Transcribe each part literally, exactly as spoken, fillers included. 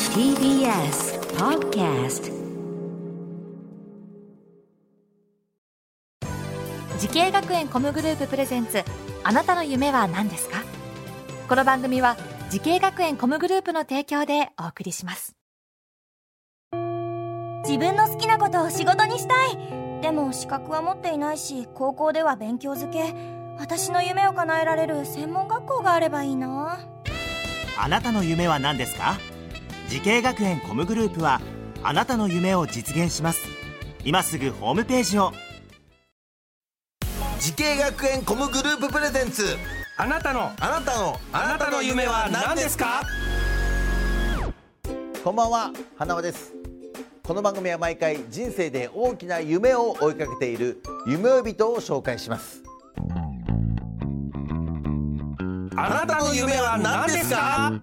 ティービーエス Podcast。 時系学園コムグループプレゼンツ、あなたの夢は何ですか？この番組は時系学園コムグループの提供でお送りします。 自分の好きなことを仕事にしたい。でも資格は持っていないし、高校では勉強づけ。私の夢を叶えられる専門学校があればいいな。 あなたの夢は何ですか？時系学園コムグループはあなたの夢を実現します。今すぐホームページを。 時系学園コムグループプレゼンツ、 あなたのあなたのあなたの夢は何ですか？ こんばんは、花輪です。この番組は毎回人生で大きな夢を追いかけている夢追い人を紹介します。 あなたの夢は何ですか？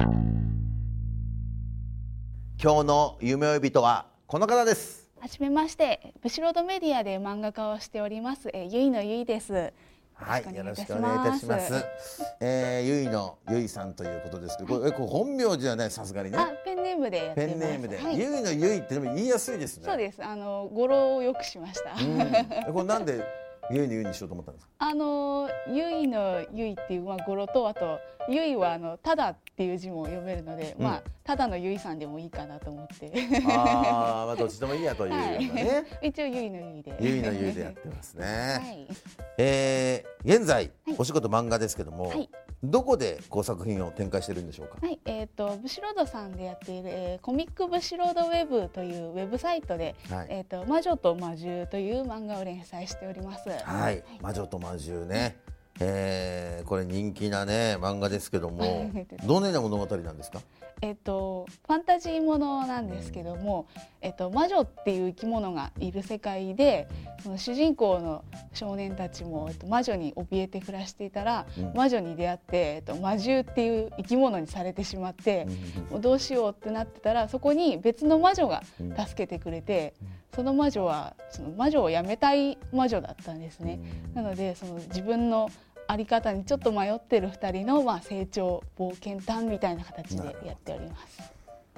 今日の夢追い人はこの方です。 はじめまして、ブシロードメディアで漫画家をしております、えー、ゆいのゆいです。 はい、よろしくお願いいたします。えー、ゆいのゆいさんということですけど、はい、これ、これ本名字じゃない、さすがにね。 あ、ペンネームでやってます。 ペンネームで、 はい、 ゆいのゆいってでも言いやすいですね。 そうです。あの語呂をよくしました。 うん、これなんでゆいのゆいにしようと思ったんですか？あのゆいのゆいっていう、まあ、語呂と、あとゆいはあのただっていう字も読めるので、うん、まあただのゆいさんでもいいかなと思って。 ああ、まあどっちでもいいやというようなね。 はい、一応ゆいのゆいで。 ゆいのゆいでやってますね。 はい、 えー、現在、はい、お仕事漫画ですけども、はい、どこでこう作品を展開してるんでしょうか？ はい、えっ、ー、とブシロードさんでやっている、えー、コミックブシロードウェブというウェブサイトで、はい、えっ、ー、と魔女と魔獣という漫画を連載しております。 はい、はい、魔女と魔獣ね。えー、これ人気なね漫画ですけども、どのような物語なんですか？ えっとファンタジーものなんですけども、えっと魔女っていう生き物がいる世界で、その主人公の少年たちも、えっと、魔女に怯えて暮らしていたら、うん、魔女に出会って、えっと、魔獣っていう生き物にされてしまって、うん、もうどうしようってなってたら、そこに別の魔女が助けてくれて、うん、その魔女はその魔女をやめたい魔女だったんですね。うん、なのでその自分のあり方にちょっと迷ってるふたりの、まあ、成長冒険探みたいな形でやっております。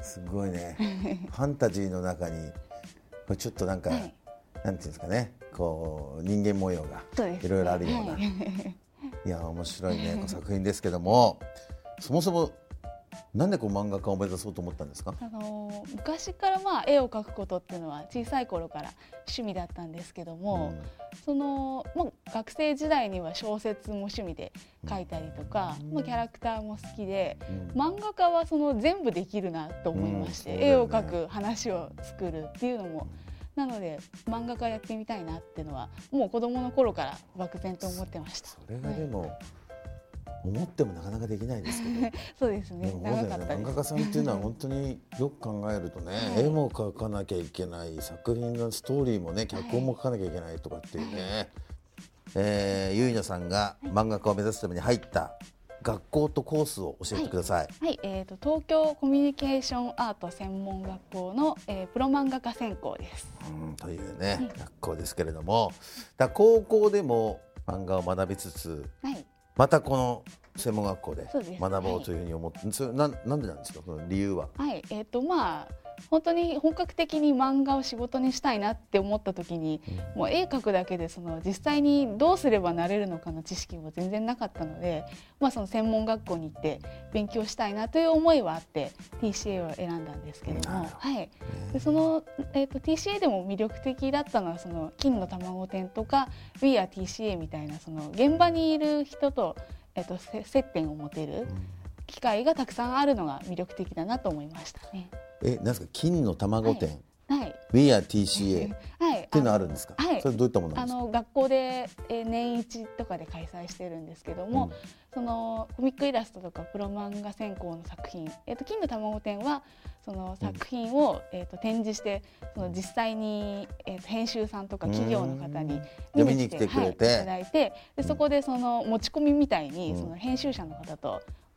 すごいね。ファンタジーの中にこれちょっとなんか、はい、なんていうんですかね、こう人間模様がいろいろあるような、はい、いや面白いね作品ですけども、そもそもなんでこう漫画家を目指そうと思ったんですか？ あの昔からまあ絵を描くことっていうのは小さい頃から趣味だったんですけども、うん、そのまあ、学生時代には小説も趣味で書いたりとか、うん、まあ、キャラクターも好きで、うん、漫画家はその全部できるなと思いまして、うん、ね、絵を描く、話を作るっていうのも、なので漫画家やってみたいなっていうのはもう子供の頃から漠然と思ってました。 それがでも、はい、思ってもなかなかできないですけど。 そうですね。 でも長かったです。漫画家さんっていうのは本当によく考えるとね、はい、絵も描かなきゃいけない、作品のストーリーもね、脚本も書かなきゃいけないとかっていうね。はい、えー、ゆいのさんが漫画家を目指すために入った学校とコースを教えてください。 はいはい、えーと、東京コミュニケーションアート専門学校の、えー、プロ漫画家専攻です。 うん、というね、はい、学校ですけれども、だ高校でも漫画を学びつつ、はい、またこの専門学校で学ぼうというふうに思って、はい、それななんでなんですか、その理由は？ はい、えーとまあ本当に本格的に漫画を仕事にしたいなって思った時に、うん、もう絵描くだけでその実際にどうすればなれるのかの知識も全然なかったので、まあ、その専門学校に行って勉強したいなという思いはあって ティーシーエー を選んだんですけども、はい、でその、えーと、ティーシーエー でも魅力的だったのはその金の卵店とか We are ティーシーエー みたいなその現場にいる人と、えーと、接点を持てる機会がたくさんあるのが魅力的だなと思いましたね。 え、なんですか、金の卵店、 はいはい、 We are ティーシーエー はい、っていうのあるんですか？はい、それどういったものなんですか？ あの学校で、えー、年一とかで開催してるんですけども、うん、そのコミックイラストとかプロ漫画専攻の作品、えー、と金の卵店はその作品を、うん、えー、と展示してその実際に、えー、と編集さんとか企業の方に見に来てくれて、 はい、いただいて、でそこでその持ち込みみたいに、うん、その編集者の方と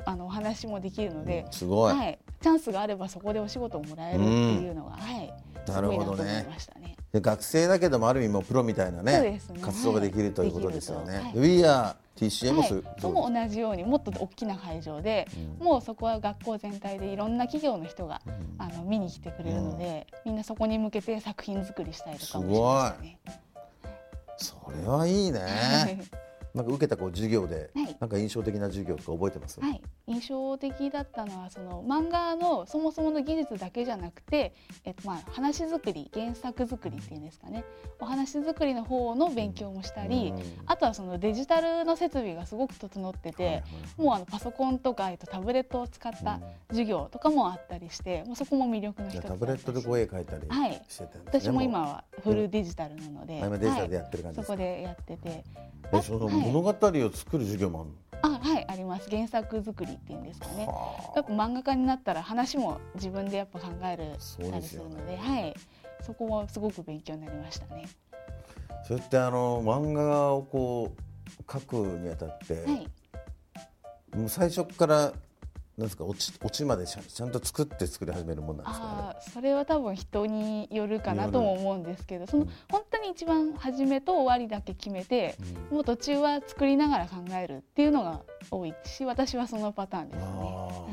あのお話もできるので、 うん、すごい、 はい、チャンスがあればそこでお仕事をもらえるっていうのが、はい、 なるほどね、 すごいなと思いましたね。 で学生だけどもある意味もプロみたいな ね, ね活動ができるということですよね。はい、We Are ティーシーエー もそう、 はい、とも同じようにもっと大きな会場で、うん、もうそこは学校全体でいろんな企業の人が、うん、あの見に来てくれるので、うん、みんなそこに向けて作品作りしたりとかもしましたね。 すごい、それはいいね。なんか受けたこう授業で、はい、なんか印象的な授業とか覚えてます？ はい、印象的だったのはその漫画のそもそもの技術だけじゃなくて、えっと、まあ話作り、原作作りっていうんですかね、お話作りの方の勉強もしたり、うん、あとはそのデジタルの設備がすごく整ってて、はいはいはい、もうあのパソコンとか、えっと、タブレットを使った授業とかもあったりして、もうそこも魅力の一つだったし、 タブレットでこう絵描いたりしてたんですね。 はい、私も今はフルデジタルなので、 うん、今デジタルでやってる感じですか？ はい、そこでやってて、 えその物語を作る授業もあるの？ あ、はい、あります。原作作りっていうんですかね。やっぱ漫画家になったら話も自分でやっぱ考えるたりするので、はい、そこもすごく勉強になりましたね。 それってあの漫画をこう書くにあたって、はい、もう最初からなんですか、落ち、落ちまでちゃん、ちゃんと作って作り始めるもんなんですかね。 あ、それは多分人によるかなとも思うんですけど、その、うん、本当に一番初めと終わりだけ決めて、うん、もう途中は作りながら考えるっていうのが多いし、私はそのパターンですね。はい、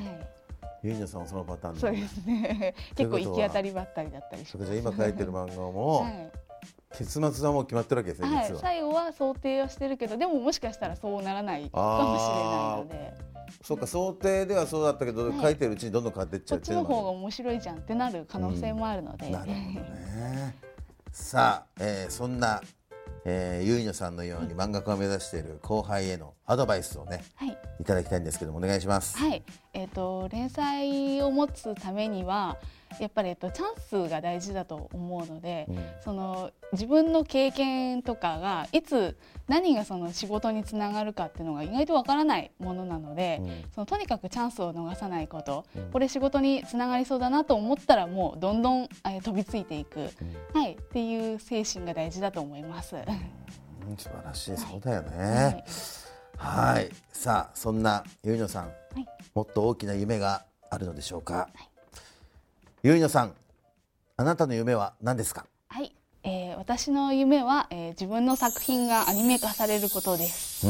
ゆいなさんはそのパターンで、 そうですね。結構行き当たりばったりだったりします。 じゃあ今書いてる漫画も、はい、結末はもう決まってるわけですね、実は。はい、 最後は想定はしてるけど、でももしかしたらそうならないかもしれないので。 そうか、想定ではそうだったけど、はい、書いてるうちにどんどん変わっていっちゃうっていうのも、 こっちの方が面白いじゃんってなる可能性もあるので、うん、 なるほどね。さあ、えー、そんな、えー、ゆいのさんのように漫画家を目指している後輩へのアドバイスをね、はい、いただきたいんですけども、お願いします。 はい、えーと、連載を持つためにはやっぱり、えっと、チャンスが大事だと思うので、うん、その自分の経験とかがいつ何がその仕事につながるかっていうのが意外とわからないものなので、うん、そのとにかくチャンスを逃さないこと、うん、これ仕事につながりそうだなと思ったらもうどんどん、えー、飛びついていく、うん、はい、っていう精神が大事だと思います。うん、 素晴らしい、そうだよね。はい、はい、さあそんなゆいのさん、はい、もっと大きな夢があるのでしょうか。はい、ゆいのさん、あなたの夢は何ですか？ はい、えー、私の夢は、えー、自分の作品がアニメ化されることです。うん、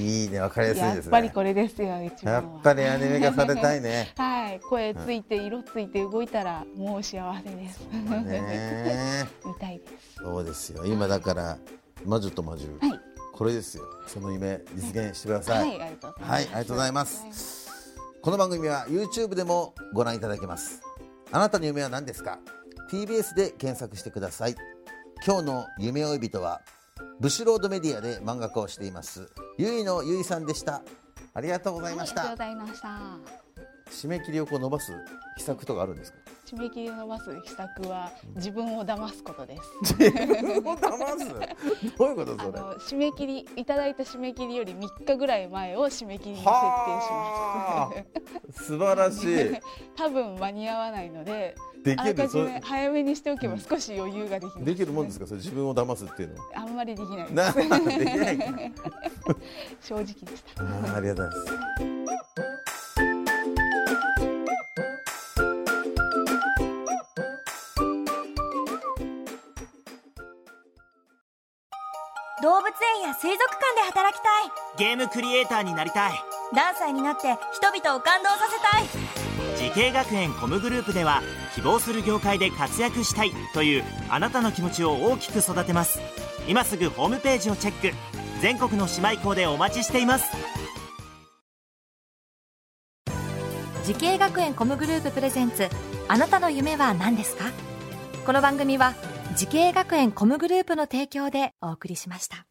いいね、わかりやすいですね。 やっぱりこれですよ、一番は。 やっぱりアニメ化されたいね。 はい、声ついて色ついて動いたらもう幸せです。ね、見たいです。 そうですよ。今だから魔女と魔獣、はい、これですよ。その夢実現してください。はい、ありがとうございます。はい、ありがとうございます。この番組は YouTube でもご覧いただけます。あなたの夢は何ですか？ ティービーエス で検索してください。今日の夢追い人はブシュロードメディアで漫画家をしていますゆいのゆいさんでした。ありがとうございました。 ありがとうございました。 締め切りをこう伸ばす秘策とかあるんですか？ 締め切りを伸ばす秘策は自分を騙すことです。 自分を騙す？どういうことそれ？ あの締め切りいただいた締め切りよりみっかぐらい前を締め切りに設定します。 素晴らしい。 多分間に合わないので、できるあらかじめ早めにしておけば少し余裕ができます。 できるもんですか？それ自分を騙すっていうのは。 あんまりできないです。 なできないか。 正直でした。 あ, ありがとうございます。 動物園や水族館で働きたい。 ゲームクリエイターになりたい。 ダンサーになって人々を感動させたい。 時系学園コムグループでは希望する業界で活躍したいというあなたの気持ちを大きく育てます。今すぐホームページをチェック。全国の姉妹校でお待ちしています。 時系学園コムグループプレゼンツ、あなたの夢は何ですか？この番組は時系学園コムグループの提供でお送りしました。